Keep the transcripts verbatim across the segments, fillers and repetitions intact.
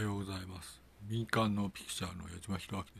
ようございます。民間のピクチャーの矢島弘明です。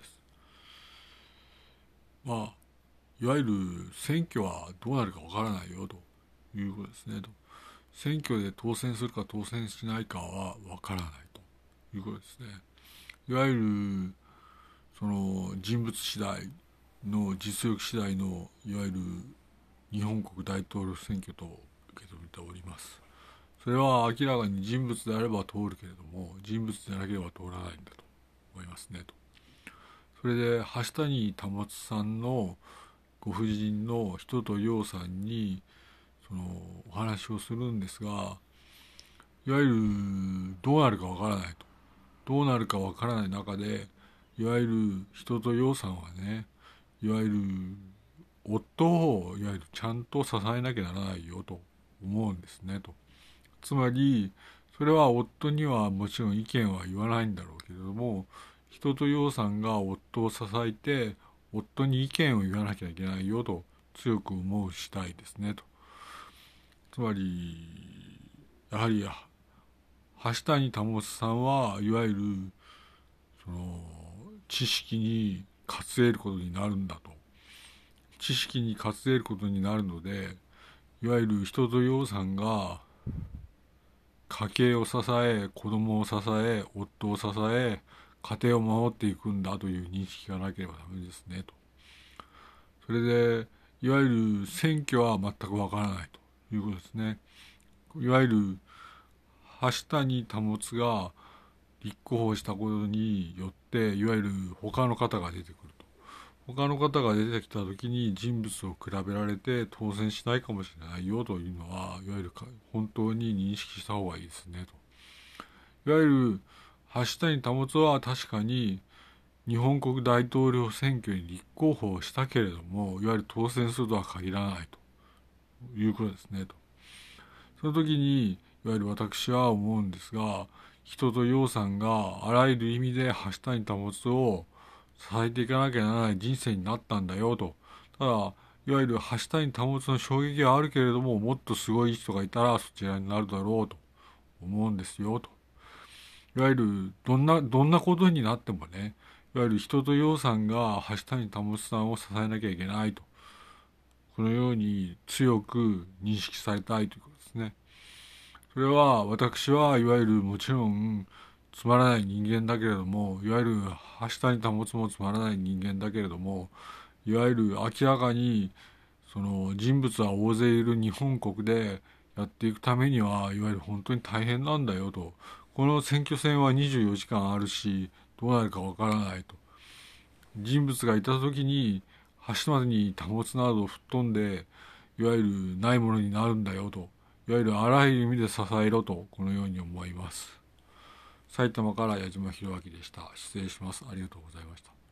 まあ、いわゆる選挙はどうなるかわからないよということですねと。選挙で当選するか当選しないかはわからないということですね。いわゆるその人物次第の実力次第のいわゆる日本国大統領選挙と受け止めております。それは明らかに人物であれば通るけれども、人物でなければ通らないんだと思いますねと。それで橋谷保さんのご婦人の人と陽さんにそのお話をするんですが、いわゆるどうなるかわからないと。どうなるかわからない中で、いわゆる人と陽さんはね、いわゆる夫をいわゆるちゃんと支えなきゃならないよと思うんですねと。つまりそれは夫にはもちろん意見は言わないんだろうけれども、人と陽さんが夫を支えて夫に意見を言わなきゃいけないよと強く思う次第ですねと。つまりやはり橋谷保さんはいわゆるその知識に勝つ得ることになるんだと。知識に勝つ得ることになるので、いわゆる人と陽さんが家計を支え、子供を支え、夫を支え、家庭を守っていくんだという認識がなければダメですねと。それでいわゆる選挙は全くわからないということですね。いわゆる橋谷保が立候補したことによっていわゆる他の方が出てくると。他の方が出てきた時に人物を比べられて当選しないかもしれないよというのはいわゆる本当に認識した方がいいですねと。いわゆる橋谷保は確かに日本国大統領選挙に立候補したけれども、いわゆる当選するとは限らないということですねと。その時にいわゆる私は思うんですが、人と陽さんがあらゆる意味で橋谷保を支えていかなきゃならない人生になったんだよと。ただいわゆる橋谷保の衝撃はあるけれども、もっとすごい人がいたらそちらになるだろうと思うんですよと。いわゆるどんなどんなことになってもね、いわゆる人と陽さんが橋谷保さんを支えなきゃいけないと、このように強く認識されたいということですね。それは私はいわゆるもちろんつまらない人間だけれども、いわゆる橋谷保もつまらない人間だけれども、いわゆる明らかにその人物は大勢いる日本国でやっていくためにはいわゆる本当に大変なんだよと。この選挙戦はにじゅうよじかんあるし、どうなるかわからないと。人物がいた時に橋谷保などを吹っ飛んでいわゆるないものになるんだよと。いわゆるあらゆる意味で支えろと、このように思います。埼玉から矢島弘明でした。失礼します。ありがとうございました。